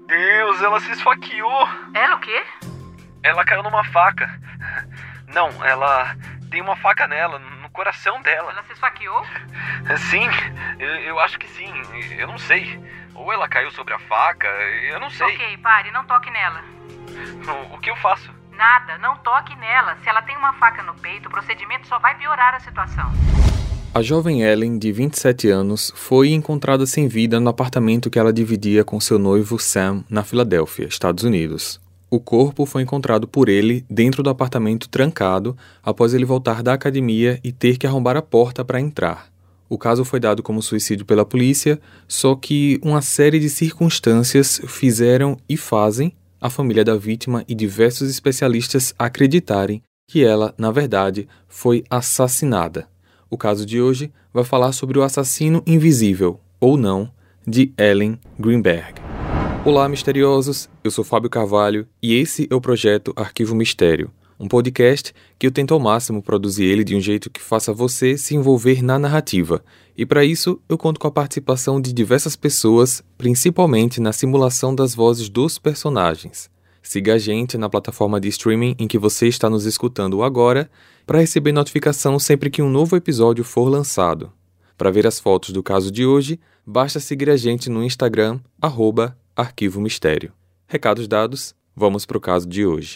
Deus, ela se esfaqueou. Ela o quê? Ela caiu numa faca. Não, ela tem uma faca nela, no coração dela. Ela se esfaqueou? Sim, eu acho que sim. Eu não sei. Ou ela caiu sobre a faca, eu não sei. Ok, pare, não toque nela. O que eu faço? Nada, não toque nela. Se ela tem uma faca no peito, o procedimento só vai piorar a situação. A jovem Ellen, de 27 anos, foi encontrada sem vida no apartamento que ela dividia com seu noivo Sam, na Filadélfia, Estados Unidos. O corpo foi encontrado por ele dentro do apartamento trancado após ele voltar da academia e ter que arrombar a porta para entrar. O caso foi dado como suicídio pela polícia, só que uma série de circunstâncias fizeram e fazem a família da vítima e diversos especialistas acreditarem que ela, na verdade, foi assassinada. O caso de hoje vai falar sobre o assassino invisível, ou não, de Ellen Greenberg. Olá, misteriosos! Eu sou Fábio Carvalho e esse é o projeto Arquivo Mistério, um podcast que eu tento ao máximo produzir ele de um jeito que faça você se envolver na narrativa. E para isso, eu conto com a participação de diversas pessoas, principalmente na simulação das vozes dos personagens. Siga a gente na plataforma de streaming em que você está nos escutando agora para receber notificação sempre que um novo episódio for lançado. Para ver as fotos do caso de hoje, basta seguir a gente no Instagram, @Arquivo Mistério. Recados dados, vamos para o caso de hoje.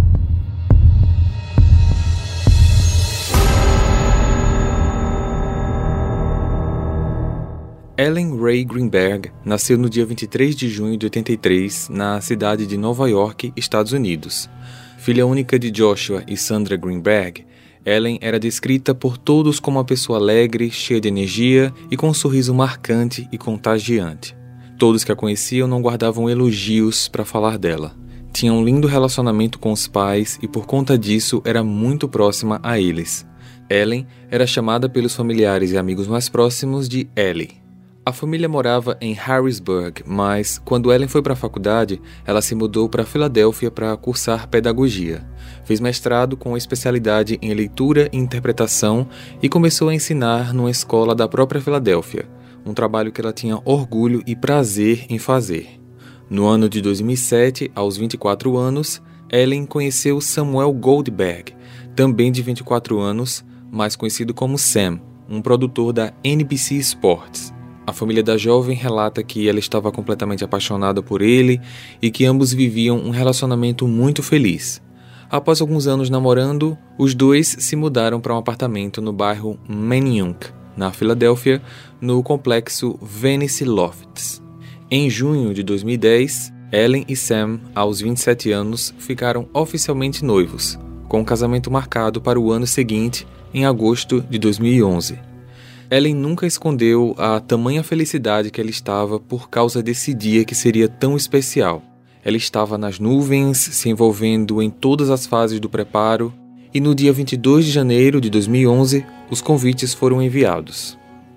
Ellen Ray Greenberg nasceu no dia 23 de junho de 83, na cidade de Nova York, Estados Unidos. Filha única de Joshua e Sandra Greenberg, Ellen era descrita por todos como uma pessoa alegre, cheia de energia e com um sorriso marcante e contagiante. Todos que a conheciam não guardavam elogios para falar dela. Tinha um lindo relacionamento com os pais e por conta disso era muito próxima a eles. Ellen era chamada pelos familiares e amigos mais próximos de Ellie. A família morava em Harrisburg, mas quando Ellen foi para a faculdade, ela se mudou para Filadélfia para cursar pedagogia. Fez mestrado com especialidade em leitura e interpretação e começou a ensinar numa escola da própria Filadélfia, um trabalho que ela tinha orgulho e prazer em fazer. No ano de 2007, aos 24 anos, Ellen conheceu Samuel Goldberg, também de 24 anos, mais conhecido como Sam, um produtor da NBC Sports. A família da jovem relata que ela estava completamente apaixonada por ele e que ambos viviam um relacionamento muito feliz. Após alguns anos namorando, os dois se mudaram para um apartamento no bairro Manayunk, na Filadélfia, no complexo Venice Lofts. Em junho de 2010, Ellen e Sam, aos 27 anos, ficaram oficialmente noivos, com o casamento marcado para o ano seguinte, em agosto de 2011. Ellen nunca escondeu a tamanha felicidade que ela estava por causa desse dia que seria tão especial. Ela estava nas nuvens, se envolvendo em todas as fases do preparo, e no dia 22 de janeiro de 2011, os convites foram enviados.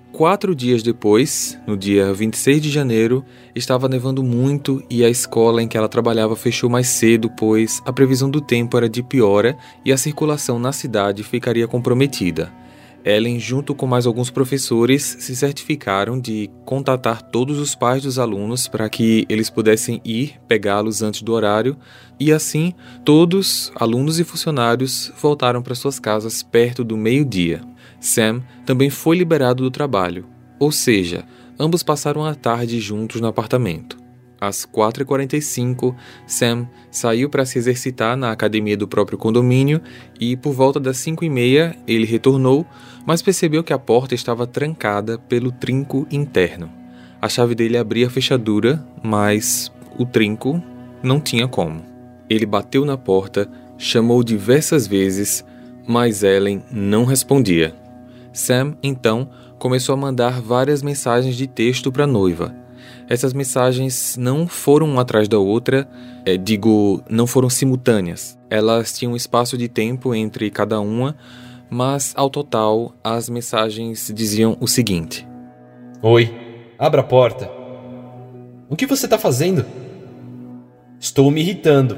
4 dias depois, no dia 26 de janeiro, estava nevando muito e a escola em que ela trabalhava fechou mais cedo, pois a previsão do tempo era de piora e a circulação na cidade ficaria comprometida. Ellen, junto com mais alguns professores, se certificaram de contatar todos os pais dos alunos para que eles pudessem ir pegá-los antes do horário e assim todos, alunos e funcionários, voltaram para suas casas perto do meio-dia. Sam também foi liberado do trabalho, ou seja, ambos passaram a tarde juntos no apartamento. Às 4h45, Sam saiu para se exercitar na academia do próprio condomínio e, por volta das 5h30, ele retornou, mas percebeu que a porta estava trancada pelo trinco interno. A chave dele abria a fechadura, mas o trinco não tinha como. Ele bateu na porta, chamou diversas vezes, mas Ellen não respondia. Sam, então, começou a mandar várias mensagens de texto para a noiva. Essas mensagens não foram uma atrás da outra, não foram simultâneas. Elas tinham um espaço de tempo entre cada uma, mas ao total as mensagens diziam o seguinte: Oi, abra a porta. O que você está fazendo? Estou me irritando.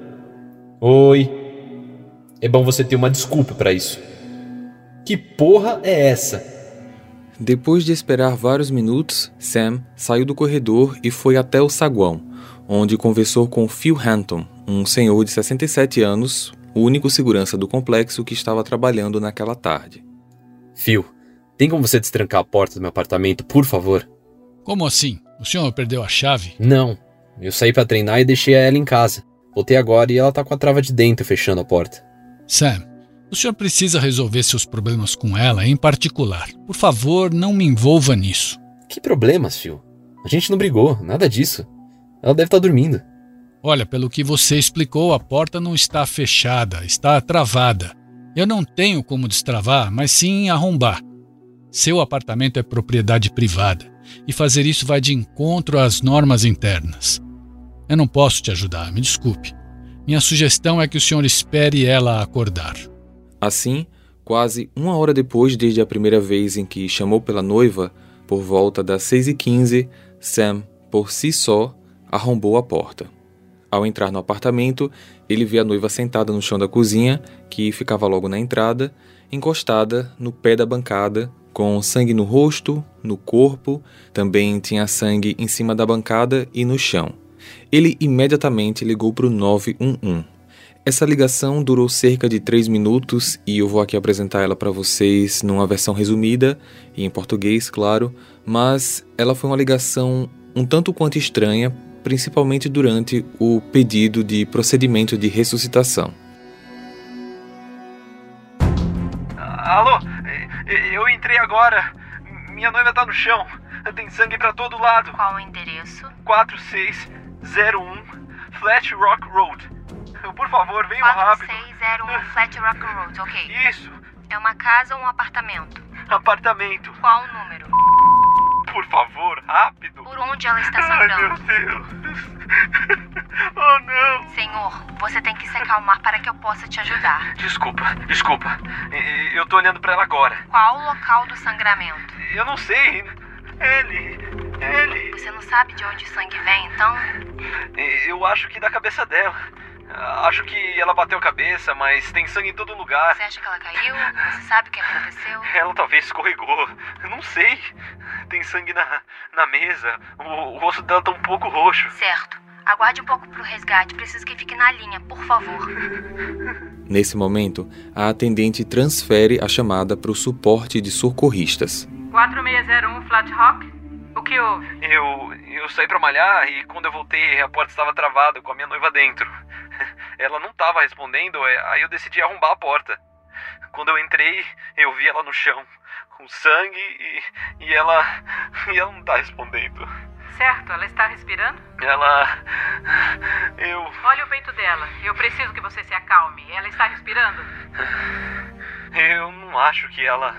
Oi. É bom você ter uma desculpa para isso. Que porra é essa? Depois de esperar vários minutos, Sam saiu do corredor e foi até o saguão. onde conversou com Phil Hanton, um senhor de 67 anos, o único segurança do complexo que estava trabalhando naquela tarde. Phil, tem como você destrancar a porta do meu apartamento, por favor? Como assim? O senhor perdeu a chave? Não, eu saí pra treinar e deixei ela em casa. Voltei agora e ela tá com a trava de dentro fechando a porta. Sam, o senhor precisa resolver seus problemas com ela em particular. Por favor, não me envolva nisso. Que problemas, Phil? A gente não brigou, nada disso. Ela deve estar dormindo. Olha, pelo que você explicou, a porta não está fechada, está travada. Eu não tenho como destravar, mas sim arrombar. Seu apartamento é propriedade privada e fazer isso vai de encontro às normas internas. Eu não posso te ajudar, me desculpe. Minha sugestão é que o senhor espere ela acordar. Assim, quase 1 hora depois desde a primeira vez em que chamou pela noiva, por volta das 6h15, Sam, por si só, arrombou a porta. Ao entrar no apartamento, ele vê a noiva sentada no chão da cozinha, que ficava logo na entrada, encostada no pé da bancada, com sangue no rosto, no corpo, também tinha sangue em cima da bancada e no chão. Ele imediatamente ligou para o 911. Essa ligação durou cerca de 3 minutos e eu vou aqui apresentar ela para vocês numa versão resumida, e em português, claro, mas ela foi uma ligação um tanto quanto estranha, principalmente durante o pedido de procedimento de ressuscitação. Alô? Eu entrei agora. Minha noiva tá no chão. Tem sangue pra todo lado. Qual o endereço? 4601 Flat Rock Road. Por favor, venham rápido. 4601 Flat Rock Road, ok. Isso. É uma casa ou um apartamento? Apartamento. Qual o número? Por favor, rápido. Por onde ela está Ai, sangrando? meu Deus. Oh, não. Senhor, você tem que se acalmar para que eu possa te ajudar. Desculpa. Eu tô olhando pra ela agora. Qual o local do sangramento? Eu não sei. Ele. Você não sabe de onde o sangue vem, então? Eu acho que da cabeça dela. Acho que ela bateu a cabeça, mas tem sangue em todo lugar. Você acha que ela caiu? Você sabe o que aconteceu? Ela talvez escorregou. Eu não sei. Tem sangue na mesa. O rosto dela tá um pouco roxo. Certo. Aguarde um pouco pro resgate. Preciso que fique na linha, por favor. Nesse momento, a atendente transfere a chamada para o suporte de socorristas. 4601 Flat Rock? O que houve? Eu saí pra malhar e quando eu voltei a porta estava travada com a minha noiva dentro. Ela não estava respondendo, aí eu decidi arrombar a porta. Quando eu entrei, eu vi ela no chão, com sangue e ela não tá respondendo. Certo, ela está respirando? Olha o peito dela. Eu preciso que você se acalme. Ela está respirando? Eu não acho que ela...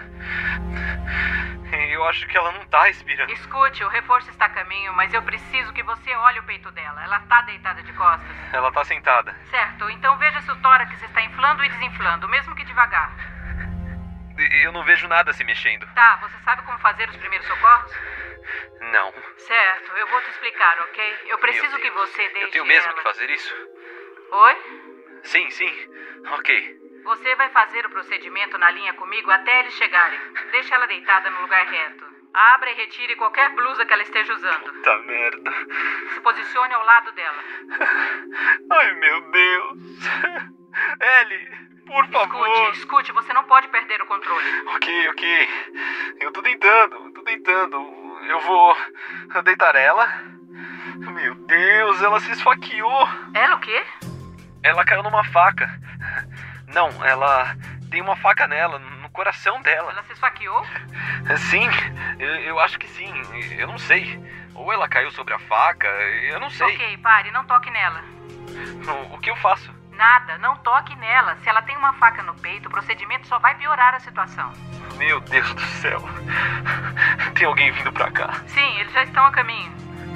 Eu acho que ela não tá respirando. Escute, o reforço está a caminho, mas eu preciso que você olhe o peito dela. Ela está deitada de costas. Ela tá sentada. Certo, então veja se o tórax está inflando e desinflando, mesmo que devagar. Eu não vejo nada se mexendo. Tá, você sabe como fazer os primeiros socorros? Não. Certo, eu vou te explicar, ok? Eu preciso que você deixe Eu tenho mesmo ela... que fazer isso? Oi? Sim. Ok. Você vai fazer o procedimento na linha comigo até eles chegarem. Deixe ela deitada no lugar reto. Abra e retire qualquer blusa que ela esteja usando. Puta merda. Se posicione ao lado dela. Ai, meu Deus. Ellie, por favor. Escute, você não pode perder o controle. Ok. Eu tô deitando. Eu vou deitar ela. Meu Deus, ela se esfaqueou. Ela o quê? Ela caiu numa faca. Não, ela tem uma faca nela, no coração dela. Ela se esfaqueou? Sim, eu acho que sim. Eu não sei. Ou ela caiu sobre a faca, eu não sei. Ok, pare, não toque nela. O que eu faço? Nada, não toque nela. Se ela tem uma faca no peito, o procedimento só vai piorar a situação. Meu Deus do céu. Tem alguém vindo pra cá. Sim, eles já estão a caminho.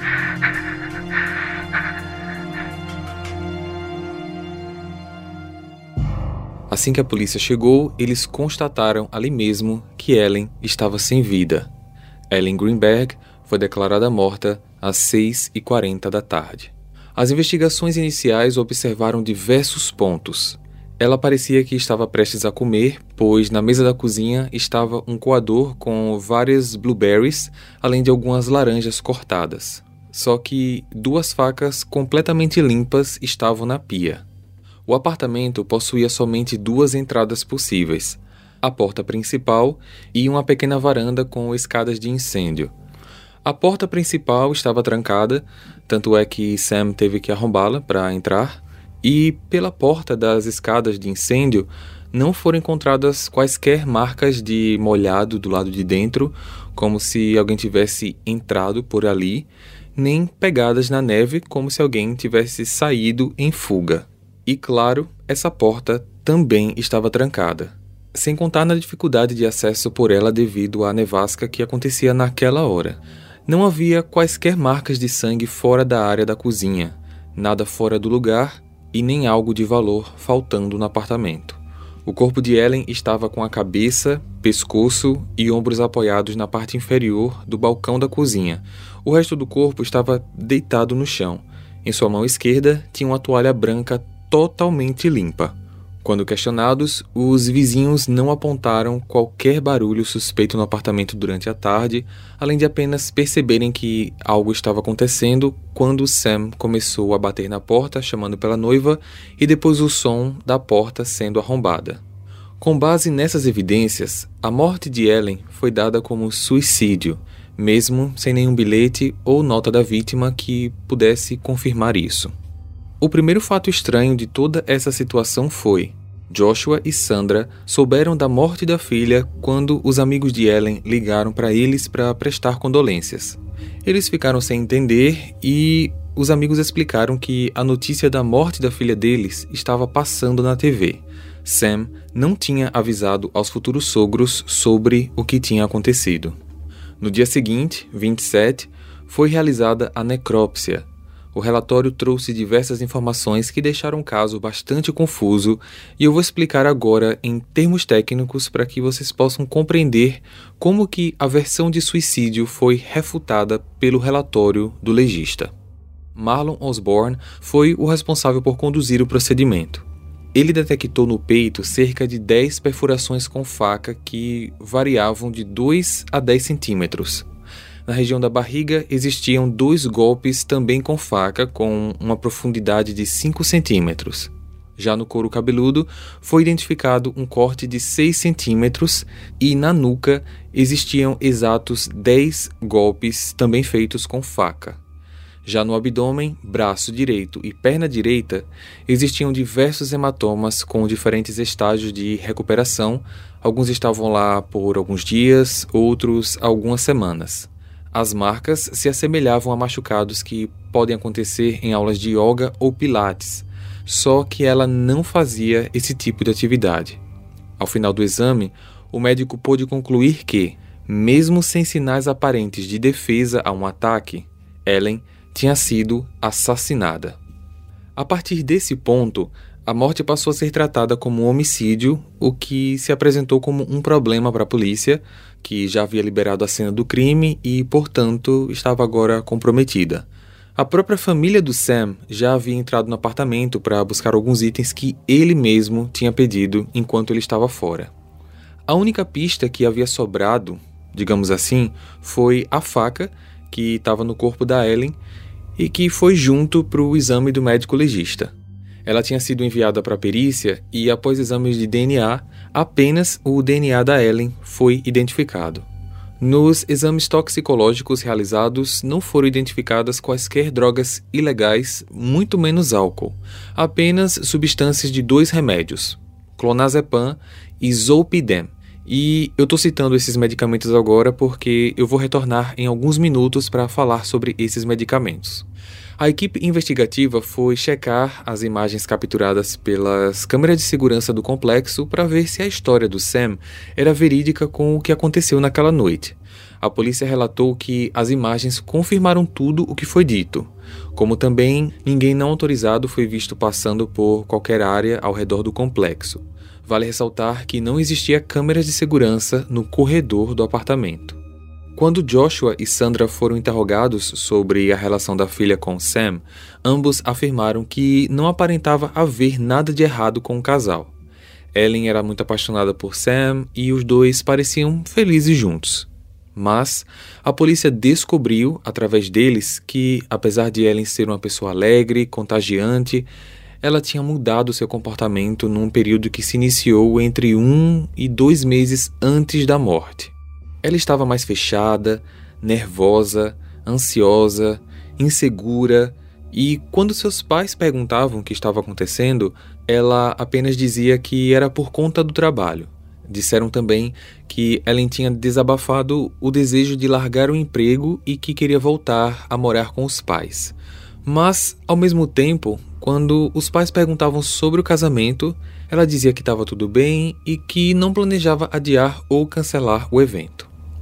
Assim que a polícia chegou, eles constataram ali mesmo que Ellen estava sem vida. Ellen Greenberg foi declarada morta às 6h40 da tarde. As investigações iniciais observaram diversos pontos. Ela parecia que estava prestes a comer, pois na mesa da cozinha estava um coador com várias blueberries, além de algumas laranjas cortadas. Só que 2 facas completamente limpas estavam na pia. O apartamento possuía somente 2 entradas possíveis, a porta principal e uma pequena varanda com escadas de incêndio. A porta principal estava trancada, tanto é que Sam teve que arrombá-la para entrar, e pela porta das escadas de incêndio não foram encontradas quaisquer marcas de molhado do lado de dentro, como se alguém tivesse entrado por ali, nem pegadas na neve, como se alguém tivesse saído em fuga. E claro, essa porta também estava trancada, sem contar na dificuldade de acesso por ela devido à nevasca que acontecia naquela hora. Não havia quaisquer marcas de sangue fora da área da cozinha, nada fora do lugar e nem algo de valor faltando no apartamento. O corpo de Ellen estava com a cabeça, pescoço e ombros apoiados na parte inferior do balcão da cozinha. O resto do corpo estava deitado no chão. Em sua mão esquerda tinha uma toalha branca totalmente limpa. Quando questionados, os vizinhos não apontaram qualquer barulho suspeito no apartamento durante a tarde, além de apenas perceberem que algo estava acontecendo quando Sam começou a bater na porta chamando pela noiva e depois o som da porta sendo arrombada. Com base nessas evidências, a morte de Ellen foi dada como suicídio, mesmo sem nenhum bilhete ou nota da vítima que pudesse confirmar isso. O primeiro fato estranho de toda essa situação foi: Joshua e Sandra souberam da morte da filha quando os amigos de Ellen ligaram para eles para prestar condolências. Eles ficaram sem entender e os amigos explicaram que a notícia da morte da filha deles estava passando na TV. Sam não tinha avisado aos futuros sogros sobre o que tinha acontecido. No dia seguinte, 27, foi realizada a necrópsia. O relatório trouxe diversas informações que deixaram o caso bastante confuso e eu vou explicar agora em termos técnicos para que vocês possam compreender como que a versão de suicídio foi refutada pelo relatório do legista. Marlon Osborne foi o responsável por conduzir o procedimento. Ele detectou no peito cerca de 10 perfurações com faca que variavam de 2 a 10 centímetros. Na região da barriga existiam 2 golpes também com faca, com uma profundidade de 5 centímetros. Já no couro cabeludo foi identificado um corte de 6 centímetros e na nuca existiam exatos 10 golpes também feitos com faca. Já no abdômen, braço direito e perna direita existiam diversos hematomas com diferentes estágios de recuperação. Alguns estavam lá por alguns dias, outros algumas semanas. As marcas se assemelhavam a machucados que podem acontecer em aulas de yoga ou pilates, só que ela não fazia esse tipo de atividade. Ao final do exame, o médico pôde concluir que, mesmo sem sinais aparentes de defesa a um ataque, Ellen tinha sido assassinada. A partir desse ponto, a morte passou a ser tratada como um homicídio, o que se apresentou como um problema para a polícia, que já havia liberado a cena do crime e, portanto, estava agora comprometida. A própria família do Sam já havia entrado no apartamento para buscar alguns itens que ele mesmo tinha pedido enquanto ele estava fora. A única pista que havia sobrado, digamos assim, foi a faca que estava no corpo da Ellen e que foi junto para o exame do médico legista. Ela tinha sido enviada para a perícia e, após exames de DNA, apenas o DNA da Ellen foi identificado. Nos exames toxicológicos realizados, não foram identificadas quaisquer drogas ilegais, muito menos álcool, apenas substâncias de 2 remédios, clonazepam e zolpidem. E eu estou citando esses medicamentos agora porque eu vou retornar em alguns minutos para falar sobre esses medicamentos. A equipe investigativa foi checar as imagens capturadas pelas câmeras de segurança do complexo para ver se a história do Sam era verídica com o que aconteceu naquela noite. A polícia relatou que as imagens confirmaram tudo o que foi dito, como também ninguém não autorizado foi visto passando por qualquer área ao redor do complexo. Vale ressaltar que não existia câmeras de segurança no corredor do apartamento. Quando Joshua e Sandra foram interrogados sobre a relação da filha com Sam, ambos afirmaram que não aparentava haver nada de errado com o casal. Ellen era muito apaixonada por Sam e os dois pareciam felizes juntos. Mas a polícia descobriu, através deles, que, apesar de Ellen ser uma pessoa alegre, contagiante, ela tinha mudado seu comportamento num período que se iniciou entre 1 e 2 meses antes da morte. Ela estava mais fechada, nervosa, ansiosa, insegura, e quando seus pais perguntavam o que estava acontecendo, ela apenas dizia que era por conta do trabalho. Disseram também que Ellen tinha desabafado o desejo de largar o emprego e que queria voltar a morar com os pais. Mas, ao mesmo tempo, quando os pais perguntavam sobre o casamento, ela dizia que estava tudo bem e que não planejava adiar ou cancelar o evento.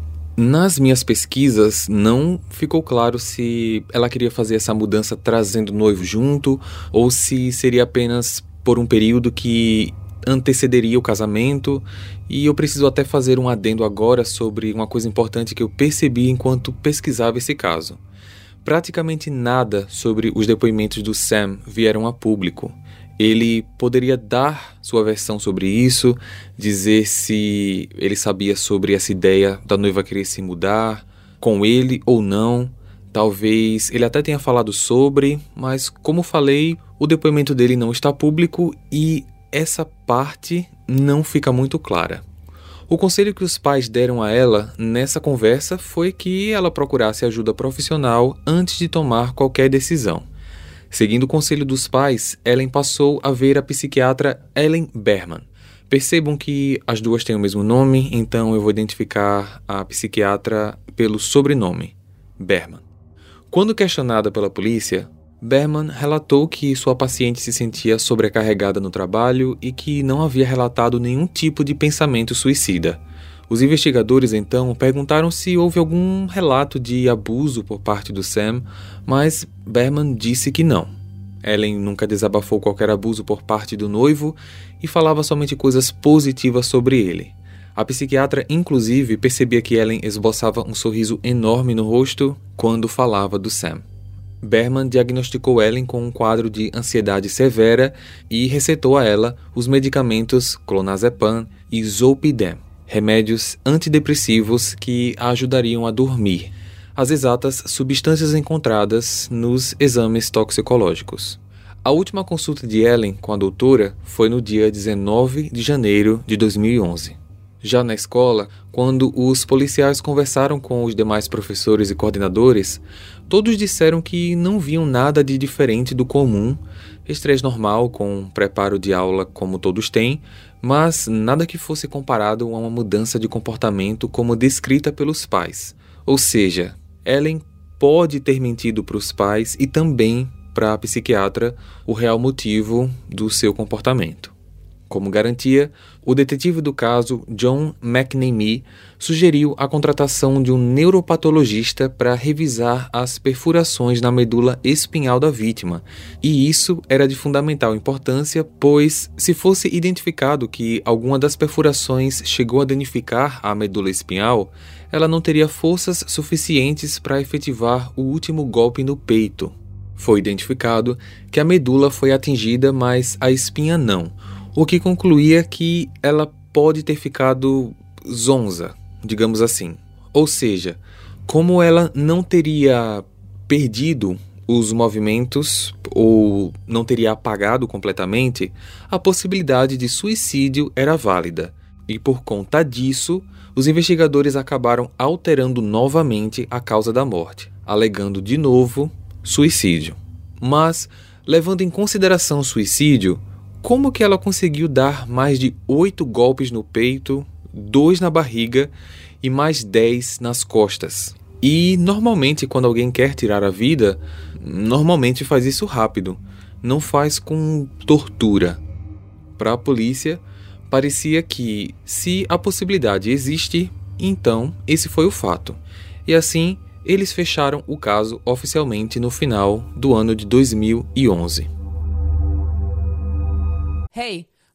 Nas minhas pesquisas, não ficou claro se ela queria fazer essa mudança trazendo o noivo junto ou se seria apenas por um período que antecederia o casamento, e eu preciso até fazer um adendo agora sobre uma coisa importante que eu percebi enquanto pesquisava esse caso. Praticamente nada sobre os depoimentos do Sam vieram a público. Ele poderia dar sua versão sobre isso, dizer se ele sabia sobre essa ideia da noiva querer se mudar, com ele ou não. Talvez ele até tenha falado sobre, mas como falei, o depoimento dele não está público e essa parte não fica muito clara. O conselho que os pais deram a ela nessa conversa foi que ela procurasse ajuda profissional antes de tomar qualquer decisão. Seguindo o conselho dos pais, Ellen passou a ver a psiquiatra Ellen Berman. Percebam que as duas têm o mesmo nome, então eu vou identificar a psiquiatra pelo sobrenome, Berman. Quando questionada pela polícia, Berman relatou que sua paciente se sentia sobrecarregada no trabalho e que não havia relatado nenhum tipo de pensamento suicida. Os investigadores, então, perguntaram se houve algum relato de abuso por parte do Sam, mas Berman disse que não. Ellen nunca desabafou qualquer abuso por parte do noivo e falava somente coisas positivas sobre ele. A psiquiatra, inclusive, percebia que Ellen esboçava um sorriso enorme no rosto quando falava do Sam. Berman diagnosticou Ellen com um quadro de ansiedade severa e receitou a ela os medicamentos clonazepam e zolpidem, remédios antidepressivos que a ajudariam a dormir, as exatas substâncias encontradas nos exames toxicológicos. A última consulta de Ellen com a doutora foi no dia 19 de janeiro de 2011. Já na escola, quando os policiais conversaram com os demais professores e coordenadores, todos disseram que não viam nada de diferente do comum, estresse normal com preparo de aula como todos têm, mas nada que fosse comparado a uma mudança de comportamento como descrita pelos pais. Ou seja, Ellen pode ter mentido para os pais e também para a psiquiatra o real motivo do seu comportamento. Como garantia, o detetive do caso, John McNamee, sugeriu a contratação de um neuropatologista para revisar as perfurações na medula espinhal da vítima, e isso era de fundamental importância, pois, se fosse identificado que alguma das perfurações chegou a danificar a medula espinhal, ela não teria forças suficientes para efetivar o último golpe no peito. Foi identificado que a medula foi atingida, mas a espinha não, o que concluía que ela pode ter ficado zonza, digamos assim. Ou seja, como ela não teria perdido os movimentos ou não teria apagado completamente, a possibilidade de suicídio era válida. E por conta disso, os investigadores acabaram alterando novamente a causa da morte, alegando de novo suicídio. Mas, levando em consideração o suicídio, como que ela conseguiu dar mais de 8 golpes no peito, 2 na barriga e mais 10 nas costas? E normalmente quando alguém quer tirar a vida, normalmente faz isso rápido, não faz com tortura. Para a polícia, parecia que se a possibilidade existe, então esse foi o fato. E assim, eles fecharam o caso oficialmente no final do ano de 2011. Hey,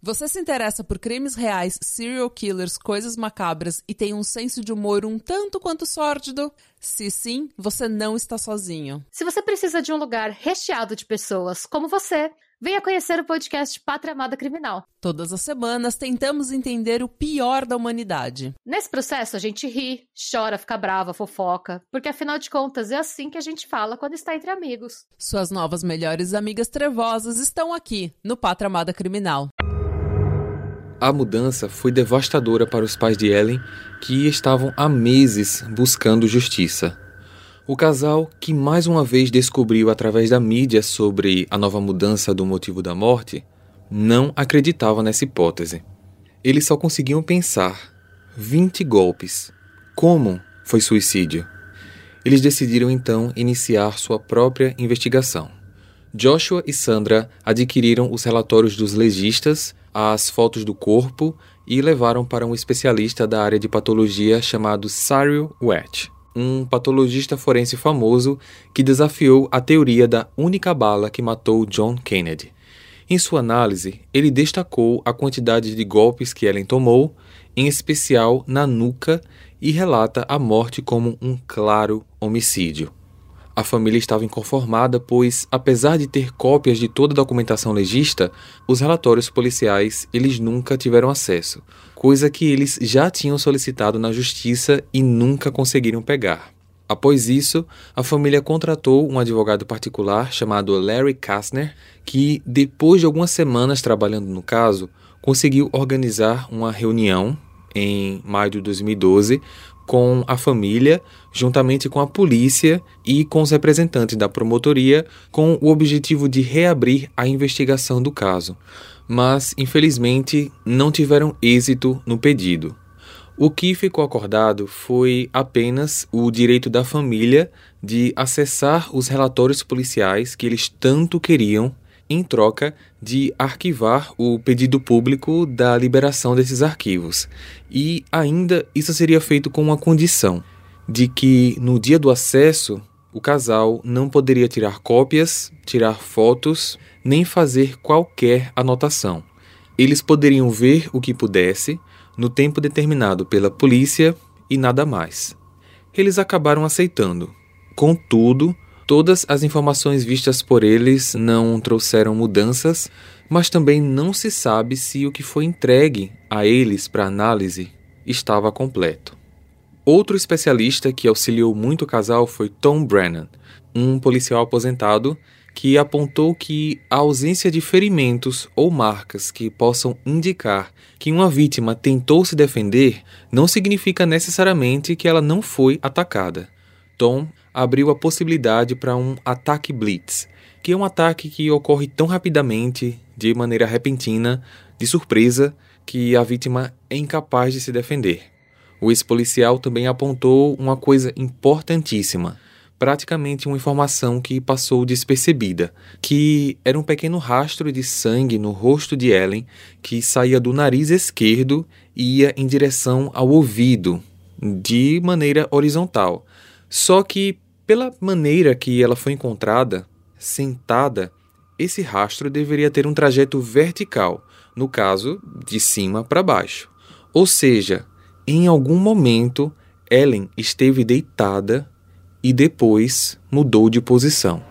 Você se interessa por crimes reais, serial killers, coisas macabras e tem um senso de humor um tanto quanto sórdido? Se sim, você não está sozinho. Se você precisa de um lugar recheado de pessoas como você, venha conhecer o podcast Pátria Amada Criminal. Todas as semanas tentamos entender o pior da humanidade. Nesse processo a gente ri, chora, fica brava, fofoca, porque afinal de contas é assim que a gente fala quando está entre amigos. Suas novas melhores amigas trevosas estão aqui, no Pátria Amada Criminal. A mudança foi devastadora para os pais de Ellen, que estavam há meses buscando justiça. O casal, que mais uma vez descobriu através da mídia sobre a nova mudança do motivo da morte, não acreditava nessa hipótese. Eles só conseguiam pensar: 20 golpes. Como foi suicídio? Eles decidiram então iniciar sua própria investigação. Joshua e Sandra adquiriram os relatórios dos legistas, as fotos do corpo e levaram para um especialista da área de patologia chamado Cyril Wetch, um patologista forense famoso que desafiou a teoria da única bala que matou John Kennedy. Em sua análise, ele destacou a quantidade de golpes que Ellen tomou, em especial na nuca, e relata a morte como um claro homicídio. A família estava inconformada, pois, apesar de ter cópias de toda a documentação legista, os relatórios policiais eles nunca tiveram acesso, coisa que eles já tinham solicitado na justiça e nunca conseguiram pegar. Após isso, a família contratou um advogado particular chamado Larry Kastner, que, depois de algumas semanas trabalhando no caso, conseguiu organizar uma reunião em maio de 2012 com a família, juntamente com a polícia e com os representantes da promotoria, com o objetivo de reabrir a investigação do caso. Mas, infelizmente, não tiveram êxito no pedido. O que ficou acordado foi apenas o direito da família de acessar os relatórios policiais que eles tanto queriam, em troca de arquivar o pedido público da liberação desses arquivos. E ainda isso seria feito com uma condição, de que no dia do acesso o casal não poderia tirar cópias, tirar fotos, nem fazer qualquer anotação. Eles poderiam ver o que pudesse, no tempo determinado pela polícia e nada mais. Eles acabaram aceitando. Contudo, todas as informações vistas por eles não trouxeram mudanças, mas também não se sabe se o que foi entregue a eles para análise estava completo. Outro especialista que auxiliou muito o casal foi Tom Brennan, um policial aposentado que apontou que a ausência de ferimentos ou marcas que possam indicar que uma vítima tentou se defender não significa necessariamente que ela não foi atacada. Tom abriu a possibilidade para um ataque blitz, que é um ataque que ocorre tão rapidamente, de maneira repentina, de surpresa, que a vítima é incapaz de se defender. O ex-policial também apontou uma coisa importantíssima, praticamente uma informação que passou despercebida, que era um pequeno rastro de sangue no rosto de Ellen que saía do nariz esquerdo e ia em direção ao ouvido, de maneira horizontal. Só que, pela maneira que ela foi encontrada, sentada, esse rastro deveria ter um trajeto vertical, no caso, de cima para baixo. Ou seja, em algum momento, Ellen esteve deitada e depois mudou de posição.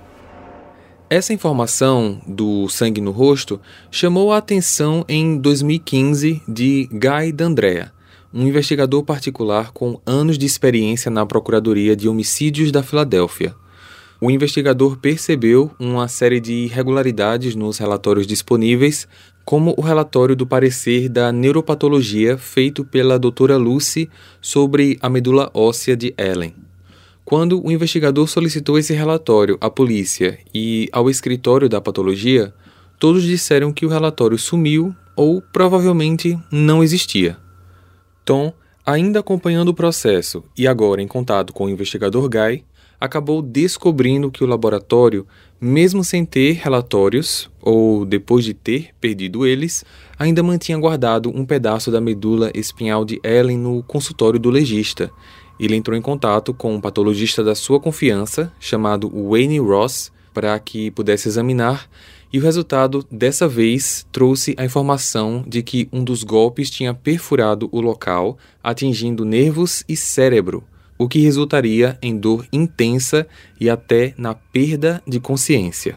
Essa informação do sangue no rosto chamou a atenção em 2015 de Guy D'Andrea, um investigador particular com anos de experiência na Procuradoria de Homicídios da Filadélfia. O investigador percebeu uma série de irregularidades nos relatórios disponíveis, como o relatório do parecer da neuropatologia feito pela doutora Lucy sobre a medula óssea de Ellen. Quando o investigador solicitou esse relatório à polícia e ao escritório da patologia, todos disseram que o relatório sumiu ou provavelmente não existia. Tom, ainda acompanhando o processo e agora em contato com o investigador Guy, acabou descobrindo que o laboratório, mesmo sem ter relatórios, ou depois de ter perdido eles, ainda mantinha guardado um pedaço da medula espinhal de Ellen no consultório do legista. Ele entrou em contato com um patologista da sua confiança, chamado Wayne Ross, para que pudesse examinar, e o resultado, dessa vez, trouxe a informação de que um dos golpes tinha perfurado o local, atingindo nervos e cérebro, o que resultaria em dor intensa e até na perda de consciência.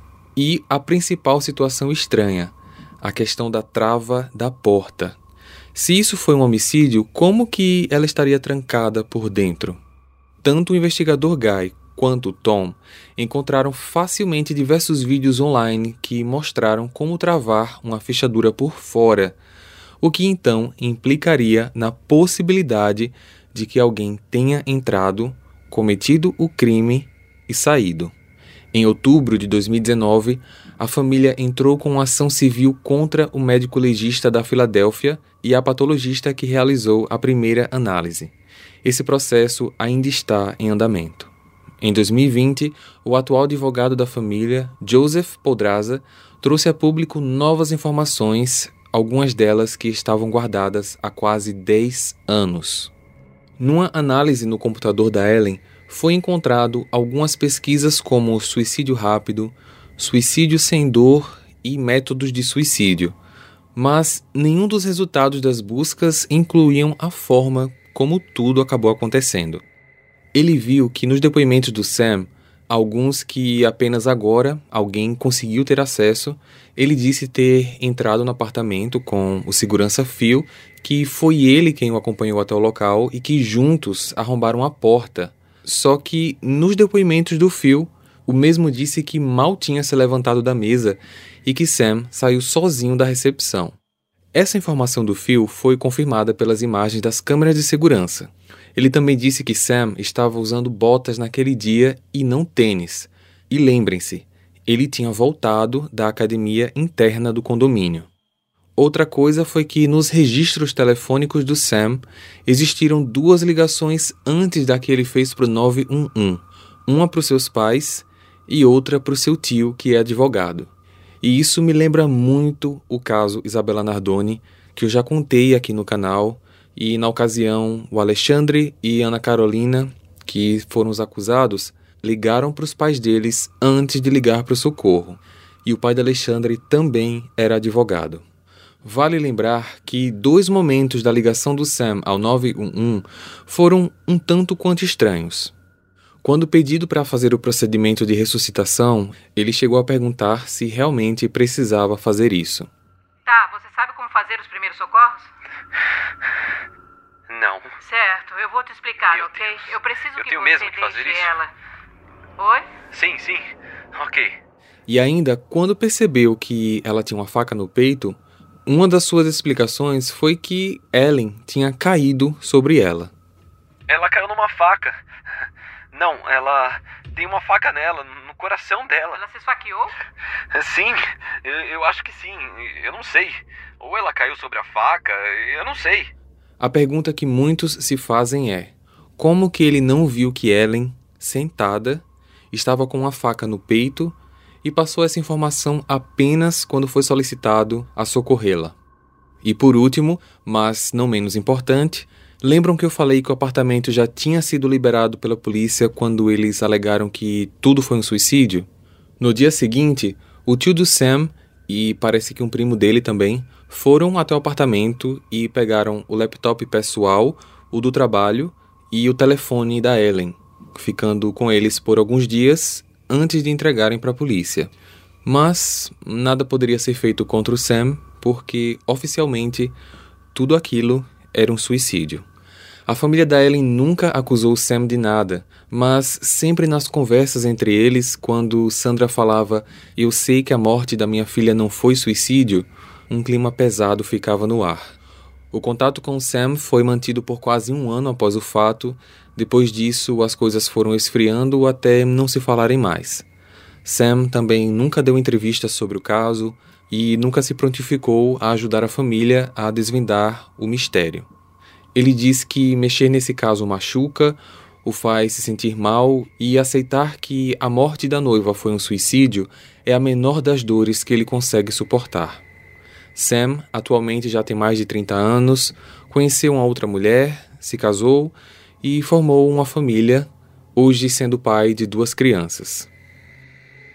E a principal situação estranha, a questão da trava da porta. Se isso foi um homicídio, como que ela estaria trancada por dentro? Tanto o investigador Guy quanto Tom encontraram facilmente diversos vídeos online que mostraram como travar uma fechadura por fora, o que então implicaria na possibilidade de que alguém tenha entrado, cometido o crime e saído. Em outubro de 2019, a família entrou com uma ação civil contra o médico legista da Filadélfia e a patologista que realizou a primeira análise. Esse processo ainda está em andamento. Em 2020, o atual advogado da família, Joseph Podraza, trouxe a público novas informações, algumas delas que estavam guardadas há quase 10 anos. Numa análise no computador da Ellen, foi encontrado algumas pesquisas como suicídio rápido, suicídio sem dor e métodos de suicídio, mas nenhum dos resultados das buscas incluíam a forma como tudo acabou acontecendo. Ele viu que nos depoimentos do Sam, alguns que apenas agora alguém conseguiu ter acesso, ele disse ter entrado no apartamento com o segurança Phil, que foi ele quem o acompanhou até o local e que juntos arrombaram a porta. Só que nos depoimentos do Phil, o mesmo disse que mal tinha se levantado da mesa e que Sam saiu sozinho da recepção. Essa informação do Phil foi confirmada pelas imagens das câmeras de segurança. Ele também disse que Sam estava usando botas naquele dia e não tênis. E lembrem-se, ele tinha voltado da academia interna do condomínio. Outra coisa foi que nos registros telefônicos do Sam existiram 2 ligações antes da que ele fez para o 911. Uma para os seus pais e outra para o seu tio, que é advogado. E isso me lembra muito o caso Isabella Nardoni, que eu já contei aqui no canal, e na ocasião o Alexandre e Ana Carolina, que foram os acusados, ligaram para os pais deles antes de ligar para o socorro. E o pai de Alexandre também era advogado. Vale lembrar que 2 momentos da ligação do Sam ao 911 foram um tanto quanto estranhos. Quando pedido para fazer o procedimento de ressuscitação, ele chegou a perguntar se realmente precisava fazer isso. Tá, você sabe como fazer os primeiros socorros? Não. Certo, eu vou te explicar, Meu ok? Deus. Eu preciso Eu que tenho você mesmo que fazer deixe isso? ela... Oi? Sim. Ok. E ainda, quando percebeu que ela tinha uma faca no peito, uma das suas explicações foi que Ellen tinha caído sobre ela. Ela caiu numa faca. Não, ela tem uma faca nela, no coração dela. Ela se esfaqueou? Sim, eu acho que sim. Eu não sei. Ou ela caiu sobre a faca, eu não sei. A pergunta que muitos se fazem é: como que ele não viu que Ellen, sentada, estava com uma faca no peito e passou essa informação apenas quando foi solicitado a socorrê-la? E por último, mas não menos importante, lembram que eu falei que o apartamento já tinha sido liberado pela polícia quando eles alegaram que tudo foi um suicídio? No dia seguinte, o tio do Sam, e parece que um primo dele também, foram até o apartamento e pegaram o laptop pessoal, o do trabalho e o telefone da Ellen, ficando com eles por alguns dias antes de entregarem para a polícia. Mas nada poderia ser feito contra o Sam, porque oficialmente tudo aquilo era um suicídio. A família da Ellen nunca acusou o Sam de nada, mas sempre nas conversas entre eles, quando Sandra falava "eu sei que a morte da minha filha não foi suicídio", um clima pesado ficava no ar. O contato com o Sam foi mantido por quase 1 ano após o fato. Depois disso, as coisas foram esfriando até não se falarem mais. Sam também nunca deu entrevista sobre o caso e nunca se prontificou a ajudar a família a desvendar o mistério. Ele diz que mexer nesse caso machuca, o faz se sentir mal, e aceitar que a morte da noiva foi um suicídio é a menor das dores que ele consegue suportar. Sam atualmente já tem mais de 30 anos, conheceu uma outra mulher, se casou e formou uma família, hoje sendo pai de 2 crianças.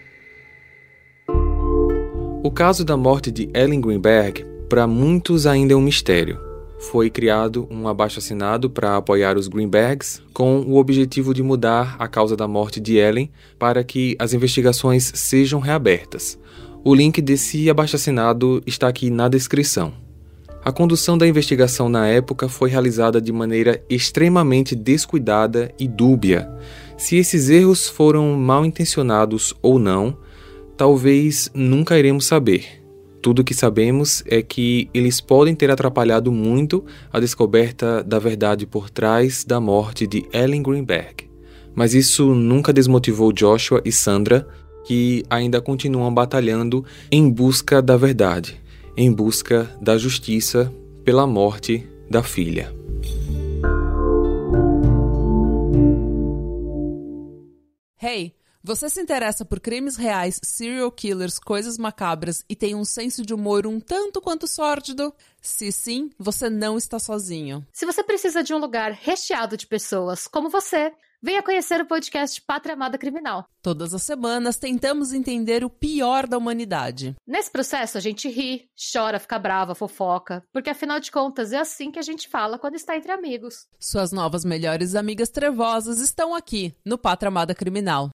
O caso da morte de Ellen Greenberg, para muitos ainda é um mistério. Foi criado um abaixo-assinado para apoiar os Greenbergs, com o objetivo de mudar a causa da morte de Ellen para que as investigações sejam reabertas. O link desse abaixo-assinado está aqui na descrição. A condução da investigação na época foi realizada de maneira extremamente descuidada e dúbia. Se esses erros foram mal intencionados ou não, talvez nunca iremos saber. Tudo o que sabemos é que eles podem ter atrapalhado muito a descoberta da verdade por trás da morte de Ellen Greenberg. Mas isso nunca desmotivou Joshua e Sandra, que ainda continuam batalhando em busca da verdade, em busca da justiça pela morte da filha. Hey, você se interessa por crimes reais, serial killers, coisas macabras e tem um senso de humor um tanto quanto sórdido? Se sim, você não está sozinho. Se você precisa de um lugar recheado de pessoas como você, venha conhecer o podcast Pátria Amada Criminal. Todas as semanas tentamos entender o pior da humanidade. Nesse processo a gente ri, chora, fica brava, fofoca, porque afinal de contas é assim que a gente fala quando está entre amigos. Suas novas melhores amigas trevosas estão aqui no Pátria Amada Criminal.